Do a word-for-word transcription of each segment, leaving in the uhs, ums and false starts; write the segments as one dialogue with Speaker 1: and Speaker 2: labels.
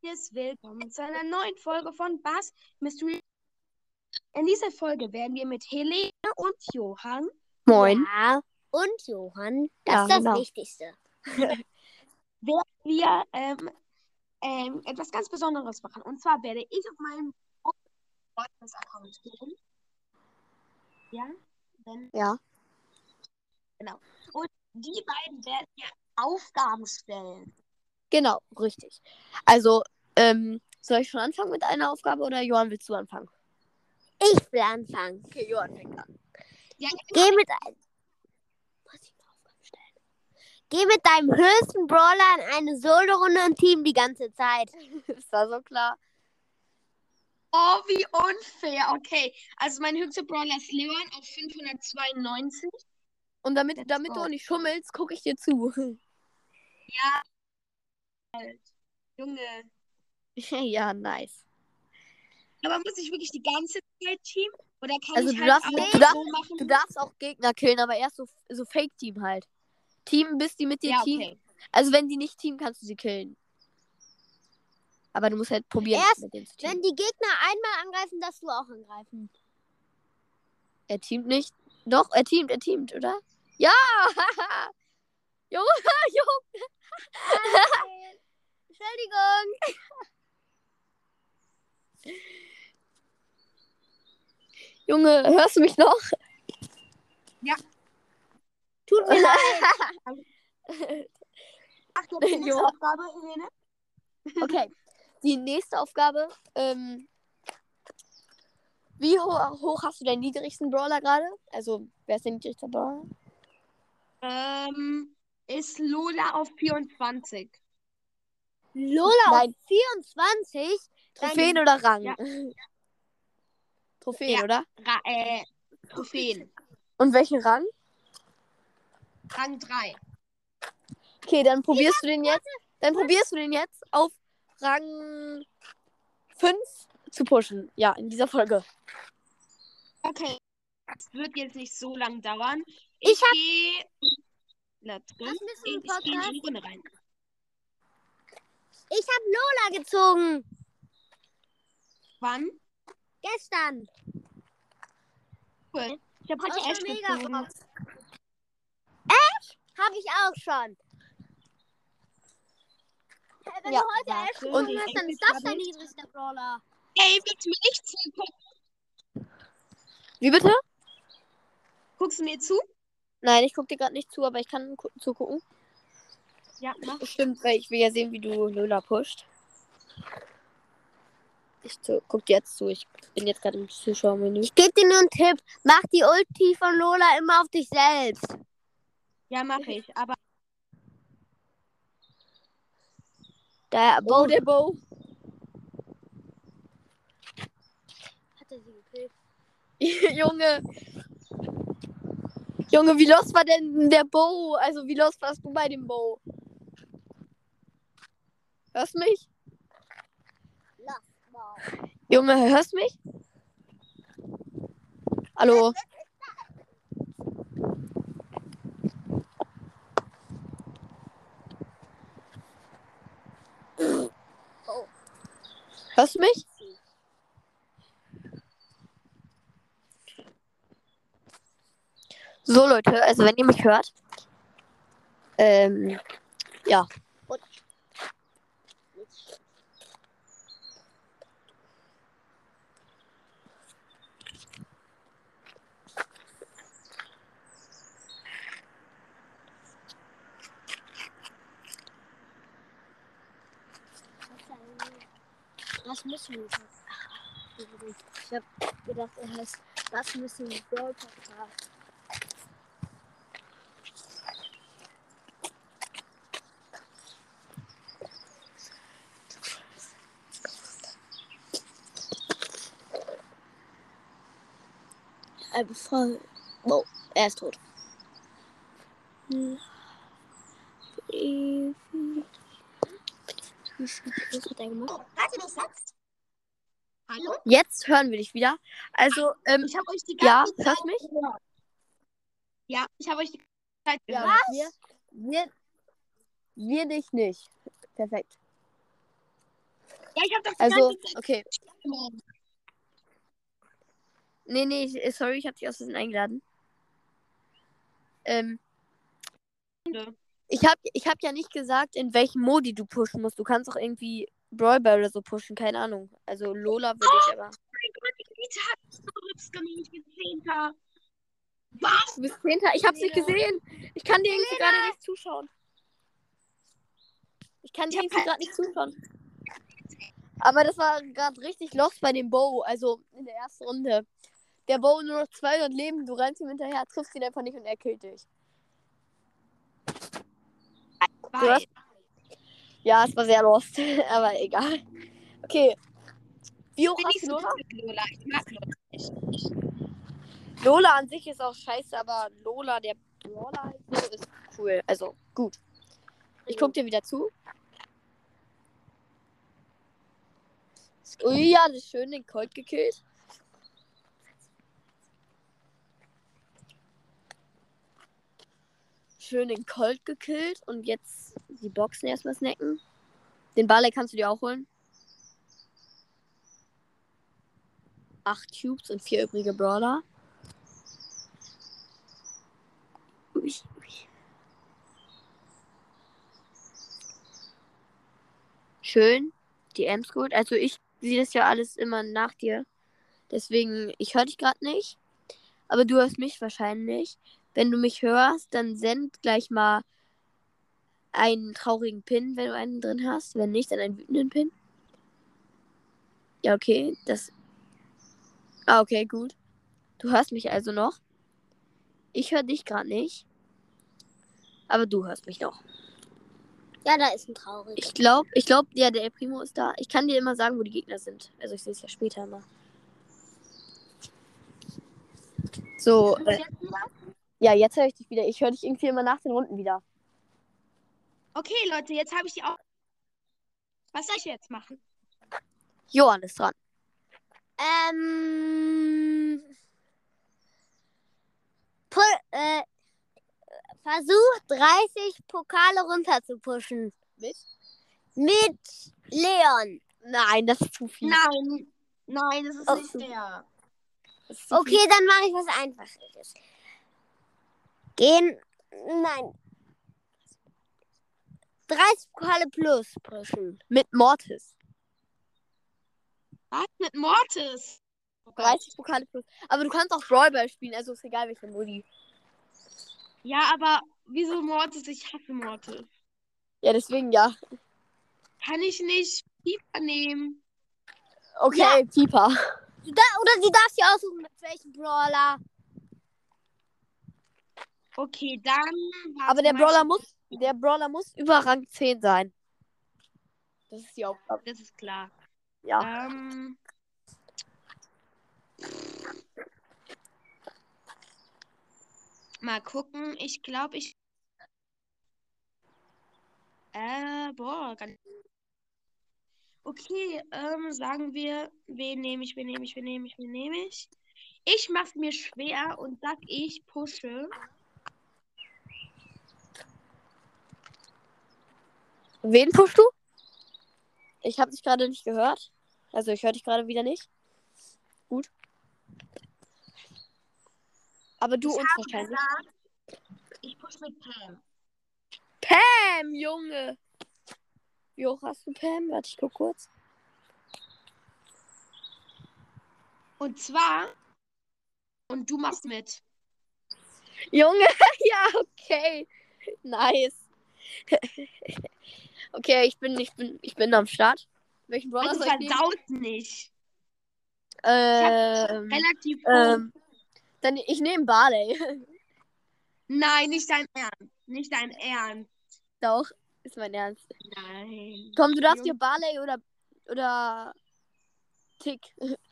Speaker 1: Willkommen zu einer neuen Folge von Bass Mystery. In dieser Folge werden wir mit Helene und Johann
Speaker 2: Moin.
Speaker 3: Ja, und Johann, das
Speaker 2: Ja,
Speaker 3: ist das
Speaker 2: genau.
Speaker 3: Wichtigste.
Speaker 1: werden wir ähm, ähm, etwas ganz Besonderes machen. Und zwar werde ich auf meinem Account gehen. Ja? Wenn,
Speaker 2: Ja.
Speaker 1: genau. Und die beiden werden mir Aufgaben stellen.
Speaker 2: Genau, richtig. Also, ähm, soll ich schon anfangen mit einer Aufgabe oder Johann, willst du anfangen?
Speaker 3: Ich will anfangen.
Speaker 2: Okay, Johann fängt an.
Speaker 1: Ja,
Speaker 3: Geh mit, ein... Muss ich eine Aufgabe stellen? Geh mit deinem höchsten Brawler in eine Solo-Runde und Team die ganze Zeit.
Speaker 2: Ist das so klar?
Speaker 1: Oh, wie unfair. Okay, also mein höchster Brawler ist Leon auf fünfhundertzweiundneunzig.
Speaker 2: Und damit,
Speaker 1: Let's
Speaker 2: damit
Speaker 1: go.
Speaker 2: du nicht schummelst, gucke ich dir zu.
Speaker 1: Ja, halt. Junge.
Speaker 2: Ja, nice.
Speaker 1: Aber muss ich wirklich die ganze Zeit Team? Oder kann
Speaker 2: Also
Speaker 1: ich
Speaker 2: du
Speaker 1: halt
Speaker 2: darfst,
Speaker 1: auch
Speaker 2: du
Speaker 1: so
Speaker 2: darfst,
Speaker 1: machen?
Speaker 2: du darfst auch Gegner killen, aber erst so, so Fake-Team halt. Team, bis die mit dir
Speaker 1: Ja,
Speaker 2: Team.
Speaker 1: okay.
Speaker 2: Also wenn die nicht Team, kannst du sie killen. Aber du musst halt probieren,
Speaker 3: Erst,
Speaker 2: mit denen zu teamen.
Speaker 3: Wenn die Gegner einmal angreifen, darfst du auch angreifen.
Speaker 2: Er teamt nicht. Doch, er teamt, er teamt, oder? Ja! Junge, Junge.
Speaker 3: Entschuldigung.
Speaker 2: Junge, hörst du mich noch?
Speaker 1: Ja.
Speaker 3: Tut mir leid.
Speaker 1: Ach, jetzt die nächste
Speaker 2: Jo.
Speaker 1: Aufgabe, Helene.
Speaker 2: Okay, die nächste Aufgabe. Ähm, wie ho- hoch hast du deinen niedrigsten Brawler gerade? Also, wer ist dein niedrigster Brawler?
Speaker 1: Ähm, ist Lola auf vierundzwanzig.
Speaker 3: Lola
Speaker 2: Nein.
Speaker 3: auf vierundzwanzig.
Speaker 2: Trophäen
Speaker 3: Dein-
Speaker 2: oder Rang?
Speaker 1: Ja.
Speaker 2: Trophäen,
Speaker 1: Ja.
Speaker 2: oder?
Speaker 1: Ra äh, Trophäen.
Speaker 2: Und welchen Rang?
Speaker 1: Rang drei.
Speaker 2: Okay, dann probierst du den jetzt. Dann probierst du den jetzt auf Rang fünf zu pushen. Ja, in dieser Folge.
Speaker 1: Okay. Es wird jetzt nicht so lang dauern.
Speaker 3: Ich
Speaker 1: Ich,
Speaker 3: hab-
Speaker 1: gehe. Let's go.
Speaker 3: Was
Speaker 1: Ich,
Speaker 3: bist du im
Speaker 1: ich gehe in
Speaker 3: Podcast?
Speaker 1: die Runde rein.
Speaker 3: Ich habe Lola gezogen.
Speaker 1: Wann?
Speaker 3: Gestern.
Speaker 1: Cool. Ich habe
Speaker 3: Aus
Speaker 1: heute
Speaker 3: der
Speaker 1: Ash gezogen.
Speaker 3: Megabox. Ash? Habe ich auch schon. Hey, wenn
Speaker 2: Ja.
Speaker 3: du heute Ash
Speaker 1: Warte,
Speaker 3: gezogen
Speaker 1: ich
Speaker 3: hast, dann
Speaker 1: denke,
Speaker 3: ist das
Speaker 1: hab
Speaker 3: dein
Speaker 1: ich-
Speaker 3: niedrigster Brawler.
Speaker 1: Ey, willst du mir nicht zugucken?
Speaker 2: Wie bitte?
Speaker 1: Guckst du mir zu?
Speaker 2: Nein, ich gucke dir gerade nicht zu, aber ich kann gu- zugucken.
Speaker 1: Ja, mach.
Speaker 2: Stimmt, weil ich will ja sehen, wie du Lola pusht. Ich zu, guck dir jetzt zu. Ich bin jetzt gerade im Zuschauermenü.
Speaker 3: Ich gebe dir nur einen Tipp. Mach die Ulti von Lola immer auf dich selbst.
Speaker 1: Ja, mache ich. Aber
Speaker 3: Der
Speaker 2: Oh, der Bo.
Speaker 3: Hat er sie gekillt?
Speaker 2: Junge. Junge, wie los war denn der Bo? Also, wie los warst du bei dem Bo? Hörst du mich?
Speaker 3: Lass mal.
Speaker 2: Junge, hörst du mich? Hallo?
Speaker 3: Oh.
Speaker 2: Hörst du mich? So, Leute, also wenn ihr mich hört, ähm, ja.
Speaker 3: Was müssen wir jetzt? Ich hab gedacht, er heißt, was müssen wir Brawl Podcast?
Speaker 2: Einfach voll. Oh, er ist tot.
Speaker 3: Was hat er gemacht?
Speaker 1: hört ihr mich jetzt? Hallo?
Speaker 2: Jetzt hören wir dich wieder. Also, ähm,
Speaker 1: Ich habe euch die
Speaker 2: ja,
Speaker 1: ganze Zeit
Speaker 2: hörst du mich?
Speaker 1: gehört. Ja, ich habe euch die ganze Zeit
Speaker 2: Ja,
Speaker 1: gehört.
Speaker 2: wir, wir, wir dich nicht. Perfekt.
Speaker 1: Ja, ich hab doch die
Speaker 2: Also,
Speaker 1: ganze Zeit
Speaker 2: okay.
Speaker 1: gemacht.
Speaker 2: Nee, nee, ich, sorry, ich hab dich aus Versehen eingeladen. Ähm, ich hab, ich hab ja nicht gesagt, in welchem Modi du pushen musst. Du kannst auch irgendwie Brawl Ball oder so pushen, keine Ahnung. Also Lola würde ich aber.
Speaker 1: Oh mein Gott, die Elite hat so Rips gemacht, ich bin Zehnter. Was?
Speaker 2: Du bist Zehnter. Ich hab's nicht gesehen. Ich kann dir irgendwie gerade nicht zuschauen. Ich kann dir
Speaker 1: Ich hab
Speaker 2: irgendwie gerade nicht zuschauen. Aber das war gerade richtig lost bei dem Bo. Also in der ersten Runde. Der Bo nur noch zweihundert Leben. Du rennst ihm hinterher, triffst ihn einfach nicht und er killt dich. Du hast... Ja, es war sehr lost. Aber egal. Okay. Wie hoch
Speaker 1: bin
Speaker 2: hast
Speaker 1: nicht
Speaker 2: du
Speaker 1: so
Speaker 2: Lola?
Speaker 1: gut mit Lola. Ich mag Lola nicht.
Speaker 2: Lola an sich ist auch scheiße, aber Lola, der Brawler halt so, ist cool. Also gut. Ich guck dir wieder zu. Ui, ja, das ist schön, den Colt gekillt. Schön den Colt gekillt und jetzt die Boxen erstmal snacken. Den Barley kannst du dir auch holen. Acht Cubes und vier übrige Brawler. Ui, ui. Schön. Die Ems gut. Also ich sehe das ja alles immer nach dir. Deswegen, ich höre dich gerade nicht. Aber du hörst mich wahrscheinlich. Wenn du mich hörst, dann send gleich mal einen traurigen Pin, wenn du einen drin hast. Wenn nicht, dann einen wütenden Pin. Ja, okay. Das. Ah, okay, gut. Du hörst mich also noch. Ich höre dich gerade nicht. Aber du hörst mich noch.
Speaker 3: Ja, da ist ein traurig.
Speaker 2: Ich glaube, ich glaube, ja, der El Primo ist da. Ich kann dir immer sagen, wo die Gegner sind. Also ich sehe es ja später immer. So. Äh, ja, jetzt höre ich dich wieder. Ich höre dich irgendwie immer nach den Runden wieder.
Speaker 1: Okay, Leute, jetzt habe ich die auch. Was soll ich jetzt machen?
Speaker 2: Johann ist dran.
Speaker 3: Ähm. Pu äh, versuch dreißig Pokale runter zu pushen.
Speaker 2: Mit?
Speaker 3: Mit Leon.
Speaker 2: Nein, das ist zu viel.
Speaker 1: Nein, nein, das ist
Speaker 2: Oh,
Speaker 1: nicht der.
Speaker 2: Das ist zu
Speaker 3: Okay,
Speaker 2: viel.
Speaker 3: dann mache ich was Einfaches. Gehen. Nein. dreißig Pokale plus pushen.
Speaker 2: Mit Mortis.
Speaker 1: Was mit Mortis? Oh Gott.
Speaker 2: dreißig Pokale plus. Aber du kannst auch Brawl Ball spielen, also ist egal welche Modi.
Speaker 1: Ja, aber wieso Mortis? Ich hasse Mortis.
Speaker 2: Ja, deswegen ja.
Speaker 1: Kann ich nicht Pieper nehmen?
Speaker 2: Okay,
Speaker 3: Ja.
Speaker 2: Pieper.
Speaker 3: Du da oder du darfst dir aussuchen, mit welchem Brawler.
Speaker 1: Okay, dann. warte
Speaker 2: Aber der
Speaker 1: mal,
Speaker 2: Brawler
Speaker 1: ich-
Speaker 2: muss, der Brawler muss über Rang zehn sein. Das ist die Aufgabe.
Speaker 1: Das ist klar.
Speaker 2: Ja.
Speaker 1: Ähm. Mal gucken. Ich glaube, ich. Äh, boah, ganz. Okay, ähm, sagen wir, wen nehme ich, wen nehme ich, wen nehme ich, wen nehme ich? Ich mache mir schwer und sag, ich pushe.
Speaker 2: Wen pushst du? Ich habe dich gerade nicht gehört. Also ich höre dich gerade wieder nicht. Gut. Aber du
Speaker 1: ich
Speaker 2: uns
Speaker 1: habe
Speaker 2: wahrscheinlich.
Speaker 1: gesagt, ich pushe mit Pam.
Speaker 2: Pam, Junge. Wie hoch hast du Pam? Warte, ich guck kurz.
Speaker 1: Und zwar. Und du machst mit.
Speaker 2: Junge, ja, okay. Nice. Okay, ich bin, ich bin, ich bin am Start. Welchen Brawler
Speaker 1: Also
Speaker 2: soll ich nehmen?
Speaker 1: versaut nicht.
Speaker 2: Ähm,
Speaker 1: Relativ hoch.
Speaker 2: ähm, dann ich nehme Barley.
Speaker 1: Nein, nicht dein Ernst. Nicht dein Ernst.
Speaker 2: Doch, ist mein Ernst.
Speaker 1: Nein.
Speaker 2: Komm, du darfst
Speaker 1: Junge.
Speaker 2: dir Barley oder oder Tick.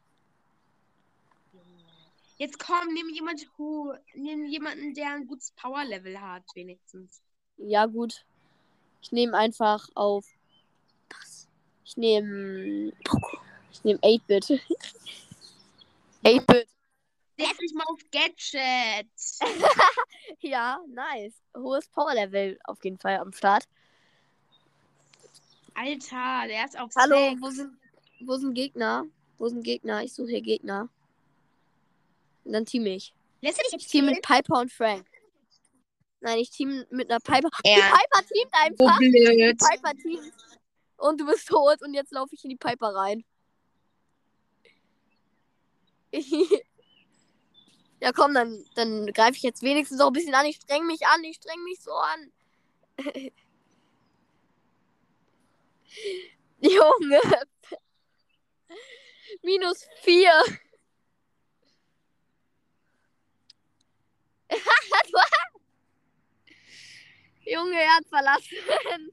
Speaker 1: Jetzt komm, nimm jemand hoch. Nimm jemanden, der ein gutes Power-Level hat, wenigstens.
Speaker 2: Ja, gut. Ich nehme einfach auf. Ich nehme. Ich nehme acht Bit. acht Bit.
Speaker 1: Setz dich mal auf Gadget.
Speaker 2: Ja, nice. Hohes Power-Level auf jeden Fall am Start.
Speaker 1: Alter, der ist auf
Speaker 2: Hallo,
Speaker 1: Sex.
Speaker 2: wo sind, wo sind Gegner? Wo sind Gegner? Ich suche hier Gegner. Und dann team ich.
Speaker 1: Lässt du dich
Speaker 2: Ich
Speaker 1: jetzt
Speaker 2: team
Speaker 1: zählen?
Speaker 2: mit Piper und Frank. Nein, ich team mit einer Piper. Die
Speaker 1: Ja.
Speaker 2: Piper teamt
Speaker 1: So
Speaker 2: einfach. Die
Speaker 1: blöd.
Speaker 2: Piper teamt. Und du bist tot und jetzt laufe ich in die Piper rein. Ja, komm, dann, dann greife ich jetzt wenigstens auch ein bisschen an. Ich streng mich an. Ich streng mich so an. Junge. Minus vier. Junge, er hat verlassen.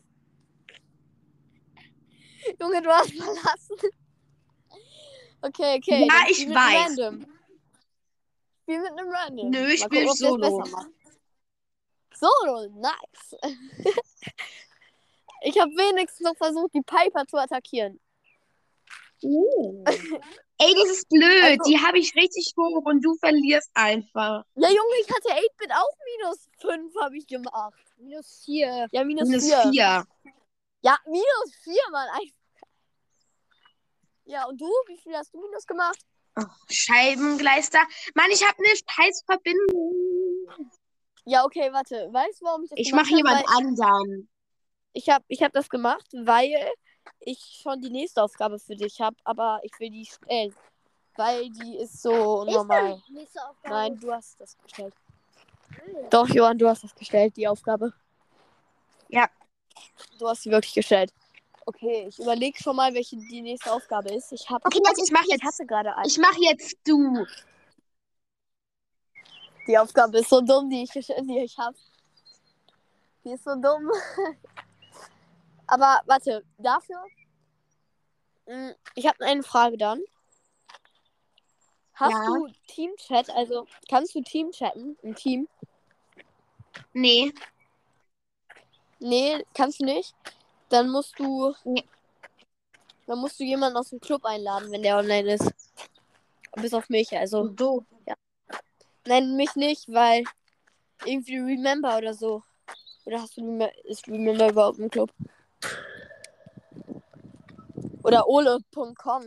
Speaker 2: Junge, du hast verlassen. Okay, okay.
Speaker 1: Ja,
Speaker 2: dann
Speaker 1: ich
Speaker 2: spiel mit
Speaker 1: weiß.
Speaker 2: einem Random. Spiel mit einem Random.
Speaker 1: Nö, ich
Speaker 2: Mal
Speaker 1: spiel
Speaker 2: gucken, ob der es
Speaker 1: Solo.
Speaker 2: besser macht. Solo, nice. Ich habe wenigstens noch versucht, die Piper zu attackieren.
Speaker 1: Uh. Ey, das ist blöd.
Speaker 2: Also-
Speaker 1: Die habe ich richtig hoch und du verlierst einfach.
Speaker 2: Ja, Junge, ich hatte acht-Bit auch minus fünf, habe ich gemacht.
Speaker 3: Minus vier.
Speaker 2: Ja, minus,
Speaker 1: Minus
Speaker 2: vier.
Speaker 1: vier.
Speaker 2: Ja, minus vier, Mann. Ja, und du? Wie viel hast du minus gemacht?
Speaker 1: Oh, Scheibengleister. Mann, ich habe eine scheiß Verbindung.
Speaker 2: Ja, okay, warte. Weißt du, warum ich das
Speaker 1: Ich
Speaker 2: gemacht
Speaker 1: mache jemand
Speaker 2: habe? Weil
Speaker 1: anderen.
Speaker 2: Ich habe ich hab das gemacht, weil ich schon die nächste Aufgabe für dich habe, aber ich will die stellen. Weil die ist so normal.
Speaker 3: Nächste Aufgabe.
Speaker 2: Nein, du hast das gestellt. Doch, Johann, du hast das gestellt, die Aufgabe.
Speaker 1: Ja.
Speaker 2: Du hast sie wirklich gestellt. Okay, ich überlege schon mal, welche die nächste Aufgabe ist. Ich habe
Speaker 1: Okay, jetzt, ich mache
Speaker 2: ich
Speaker 1: jetzt.
Speaker 2: hatte gerade eine.
Speaker 1: Ich mache jetzt du.
Speaker 2: Die Aufgabe ist so dumm, die ich, die ich habe. Die ist so dumm. Aber warte, dafür. mh, Ich habe eine Frage dann. Hast
Speaker 1: Ja.
Speaker 2: du Teamchat? Also kannst du Team chatten im Team?
Speaker 1: Nee.
Speaker 2: Nee, kannst du nicht. Dann musst du.
Speaker 1: Nee.
Speaker 2: Dann musst du jemanden aus dem Club einladen, wenn der online ist. Bis auf mich, also.
Speaker 1: Du.
Speaker 2: Nein, mich nicht, weil irgendwie Remember oder so. Oder hast du Remember, ist Remember überhaupt im Club? Oder ole Punkt com.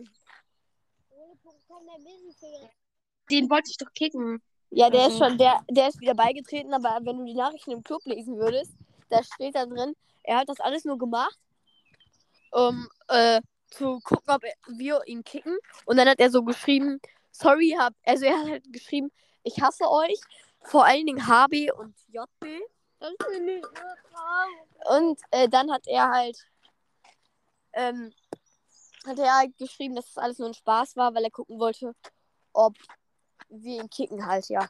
Speaker 1: Den wollte ich doch kicken.
Speaker 2: Ja, der
Speaker 1: Also.
Speaker 2: ist schon, der, der ist wieder beigetreten, aber wenn du die Nachrichten im Club lesen würdest, da steht da drin, er hat das alles nur gemacht, um äh, zu gucken, ob er, wir ihn kicken. Und dann hat er so geschrieben, sorry, hab, also er hat halt geschrieben, ich hasse euch, vor allen Dingen H B und J B. Und äh, dann hat er halt, ähm, hat er halt geschrieben, dass das alles nur ein Spaß war, weil er gucken wollte, ob wir ihn kicken halt, ja.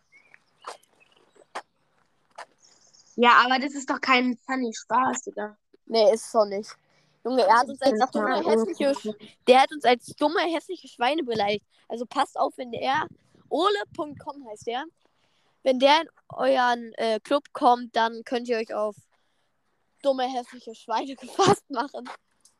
Speaker 1: Ja, aber das ist doch kein funny Spaß, Digga.
Speaker 2: Nee, ist es doch nicht. Junge, er hat uns als
Speaker 1: Sag
Speaker 2: dumme,
Speaker 1: mal,
Speaker 2: hässliche, Sch- der hat uns als dumme, hässliche Schweine beleidigt. Also passt auf, wenn der, ole Punkt com heißt der, wenn der in euren äh, Club kommt, dann könnt ihr euch auf dumme, hässliche Schweine gefasst machen.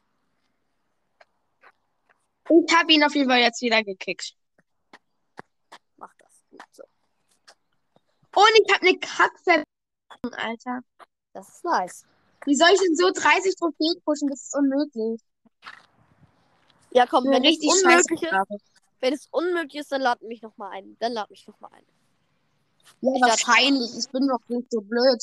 Speaker 1: Ich habe ihn auf jeden Fall jetzt wieder gekickt.
Speaker 2: Mach das. Gut so.
Speaker 1: Und ich habe eine Kackverbindung, Alter.
Speaker 2: Das ist nice.
Speaker 1: Wie soll ich denn so dreißig Trophäen pushen? Das ist unmöglich.
Speaker 2: Ja, komm,
Speaker 1: Eine
Speaker 2: wenn es
Speaker 1: richtig scheiß
Speaker 2: unmöglich ist,
Speaker 1: Aufgabe.
Speaker 2: wenn es unmöglich ist, dann lad mich noch mal ein. Dann lad mich noch mal ein.
Speaker 1: Ja,
Speaker 2: Ich dachte-
Speaker 1: wahrscheinlich. Ich bin doch nicht so blöd.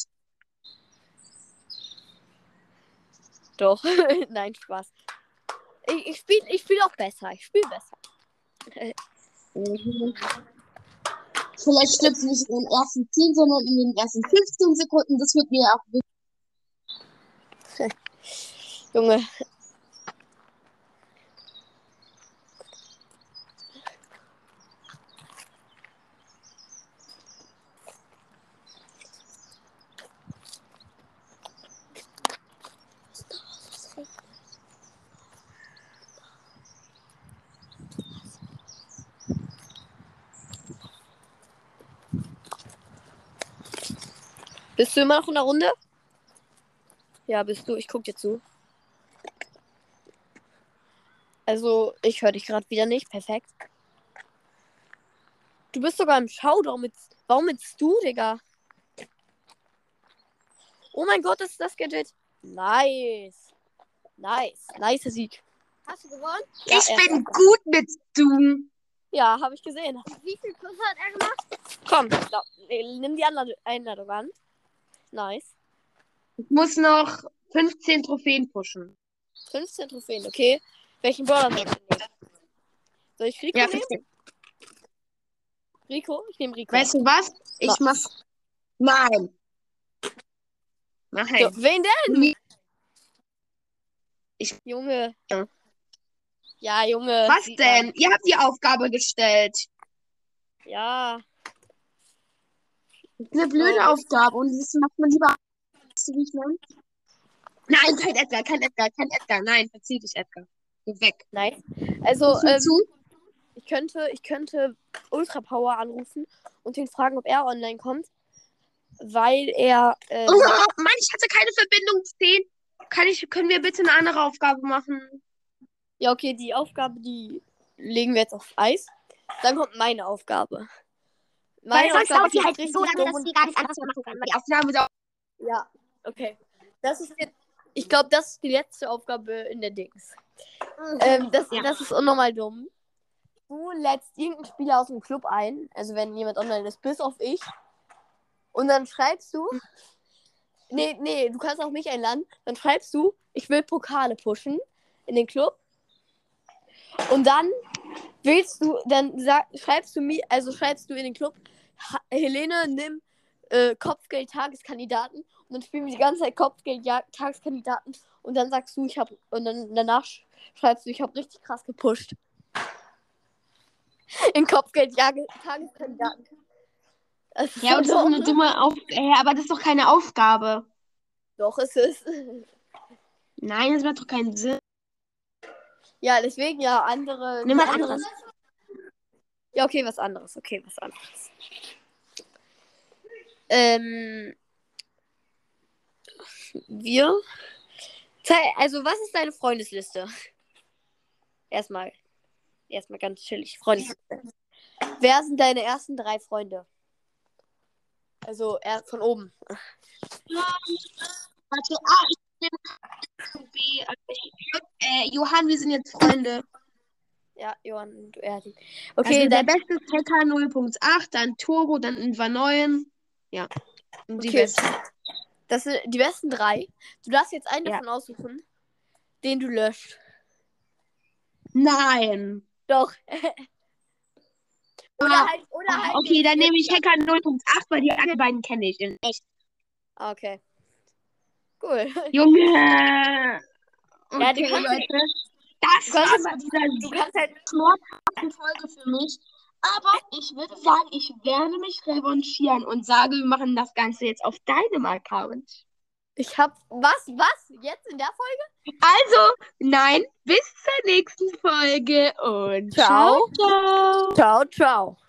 Speaker 2: Doch. Nein, Spaß. Ich, ich spiele ich spiel auch besser. Ich spiele besser.
Speaker 1: Mhm. Vielleicht stirbt sie nicht in den ersten zehn, sondern in den ersten fünfzehn Sekunden. Das wird mir auch wichtig.
Speaker 2: Junge. Bist du immer noch in der Runde? Ja, bist du. Ich guck dir zu. Also, ich höre dich gerade wieder nicht. Perfekt. Du bist sogar im Showdown mit. Warum mit du, Digga? Oh mein Gott, das ist das Gadget. Nice. Nice. Nice Sieg.
Speaker 3: Hast du gewonnen?
Speaker 2: Ja,
Speaker 1: ich
Speaker 2: er-
Speaker 1: bin gut mit Doom.
Speaker 2: Ja, habe ich gesehen.
Speaker 3: Wie viel Plus hat er gemacht?
Speaker 2: Komm, da, nimm die Anlad- Einladung an. Nice.
Speaker 1: Ich muss noch fünfzehn Trophäen pushen.
Speaker 2: fünfzehn Trophäen, okay. Welchen Brawler soll ich nehmen? Soll ich Rico
Speaker 1: Ja,
Speaker 2: nehmen?
Speaker 1: fünfzehn.
Speaker 2: Rico? Ich nehme Rico.
Speaker 1: Weißt du was? Ich
Speaker 2: Was?
Speaker 1: mach. Nein.
Speaker 2: So,
Speaker 1: Nein.
Speaker 2: wen denn?
Speaker 1: Nee. Ich-
Speaker 2: Junge.
Speaker 1: Ja.
Speaker 2: Ja, Junge.
Speaker 1: Was
Speaker 2: sieht
Speaker 1: denn?
Speaker 2: man.
Speaker 1: Ihr habt die Aufgabe gestellt.
Speaker 2: Ja.
Speaker 1: Das ist eine blöde
Speaker 2: So.
Speaker 1: Aufgabe und das macht man lieber. Weißt du, wie ich meine? Nein, kein Edgar, kein Edgar, kein Edgar. Nein, verzieh dich, Edgar. Geh weg.
Speaker 2: Nice. Also,
Speaker 1: Ruf ihn
Speaker 2: ähm,
Speaker 1: zu?
Speaker 2: ich könnte, ich könnte Ultra Power anrufen und ihn fragen, ob er online kommt. Weil er, ähm,
Speaker 1: Oh, Mann, ich hatte keine Verbindung. zehn. Kann ich, können wir bitte eine andere Aufgabe machen?
Speaker 2: ja, okay, die Aufgabe, die legen wir jetzt auf Eis. Dann kommt meine Aufgabe. Meine
Speaker 1: Weil sonst
Speaker 2: Aufgabe
Speaker 1: dauert die
Speaker 2: ist
Speaker 1: halt
Speaker 2: richtig
Speaker 1: so lange,
Speaker 2: dumm
Speaker 1: dass
Speaker 2: und-
Speaker 1: wir gar nichts anderes mehr machen können. Weil die Aufnahme dauert.
Speaker 2: Ja, okay. Das ist jetzt, ich glaube, das ist die letzte Aufgabe in der Dings. Ähm, das,
Speaker 1: Ja.
Speaker 2: das ist unnormal dumm. Du lädst irgendeinen Spieler aus dem Club ein, also wenn jemand online ist, bis auf ich. Und dann schreibst du, nee, nee, du kannst auch mich einladen. Dann schreibst du, ich will Pokale pushen in den Club. Und dann willst du, dann sag, schreibst du mir, also schreibst du in den Club, ha, Helene, nimm äh, Kopfgeld-Tageskandidaten und dann spielen wir die ganze Zeit Kopfgeld-Tageskandidaten und dann sagst du, ich hab, und dann danach sch- schreibst du, ich hab richtig krass gepusht. In Kopfgeld-Tageskandidaten. Das ist
Speaker 1: Ja, und
Speaker 2: so
Speaker 1: das ist eine
Speaker 2: dumm.
Speaker 1: dumme Aufgabe. Äh, aber das ist doch keine Aufgabe.
Speaker 2: Doch, es ist.
Speaker 1: Nein, das macht doch keinen Sinn.
Speaker 2: Ja, deswegen ja andere.
Speaker 1: Nimm was
Speaker 2: andere-
Speaker 1: anderes.
Speaker 2: Ja, okay, was anderes. Okay, was anderes. Ähm. Wir. Zei- Also, was ist deine Freundesliste? Erstmal. Erstmal ganz chillig. Freundesliste. Wer sind deine ersten drei Freunde? Also, er von oben.
Speaker 1: Warte, ah, ich nehme B. Also ich, äh, Johann, wir sind jetzt Freunde.
Speaker 2: Ja, Johann, du Erdi.
Speaker 1: Okay,
Speaker 2: Okay,
Speaker 1: also der
Speaker 2: dann.
Speaker 1: beste ist Hacker null Punkt acht, dann Turbo, dann Inva neun. Ja. Und die
Speaker 2: Okay.
Speaker 1: besten.
Speaker 2: Das sind die besten drei. Du darfst jetzt einen
Speaker 1: Ja.
Speaker 2: davon aussuchen, den du löscht.
Speaker 1: Nein.
Speaker 2: Doch. Oder
Speaker 1: Ah,
Speaker 2: halt, oder halt.
Speaker 1: Okay,
Speaker 2: den
Speaker 1: dann nehme ich
Speaker 2: vierten.
Speaker 1: Hacker null Punkt acht, weil die anderen beiden kenne ich in echt.
Speaker 2: Ah, okay. Cool.
Speaker 1: Junge! Okay,
Speaker 2: Ja, du kannst-
Speaker 1: Leute. Das
Speaker 2: du kannst
Speaker 1: war's
Speaker 2: mal-
Speaker 1: mit dieser
Speaker 2: Du kannst halt.
Speaker 1: schmerzhaften Folge für mich. Aber ich würde sagen, ich werde mich revanchieren und sage, wir machen das Ganze jetzt auf deinem Account.
Speaker 2: Ich hab. Was? Was? Jetzt in der Folge?
Speaker 1: Also, nein, bis zur nächsten Folge und
Speaker 2: Ciao.
Speaker 1: ciao. ciao.
Speaker 2: Ciao, ciao.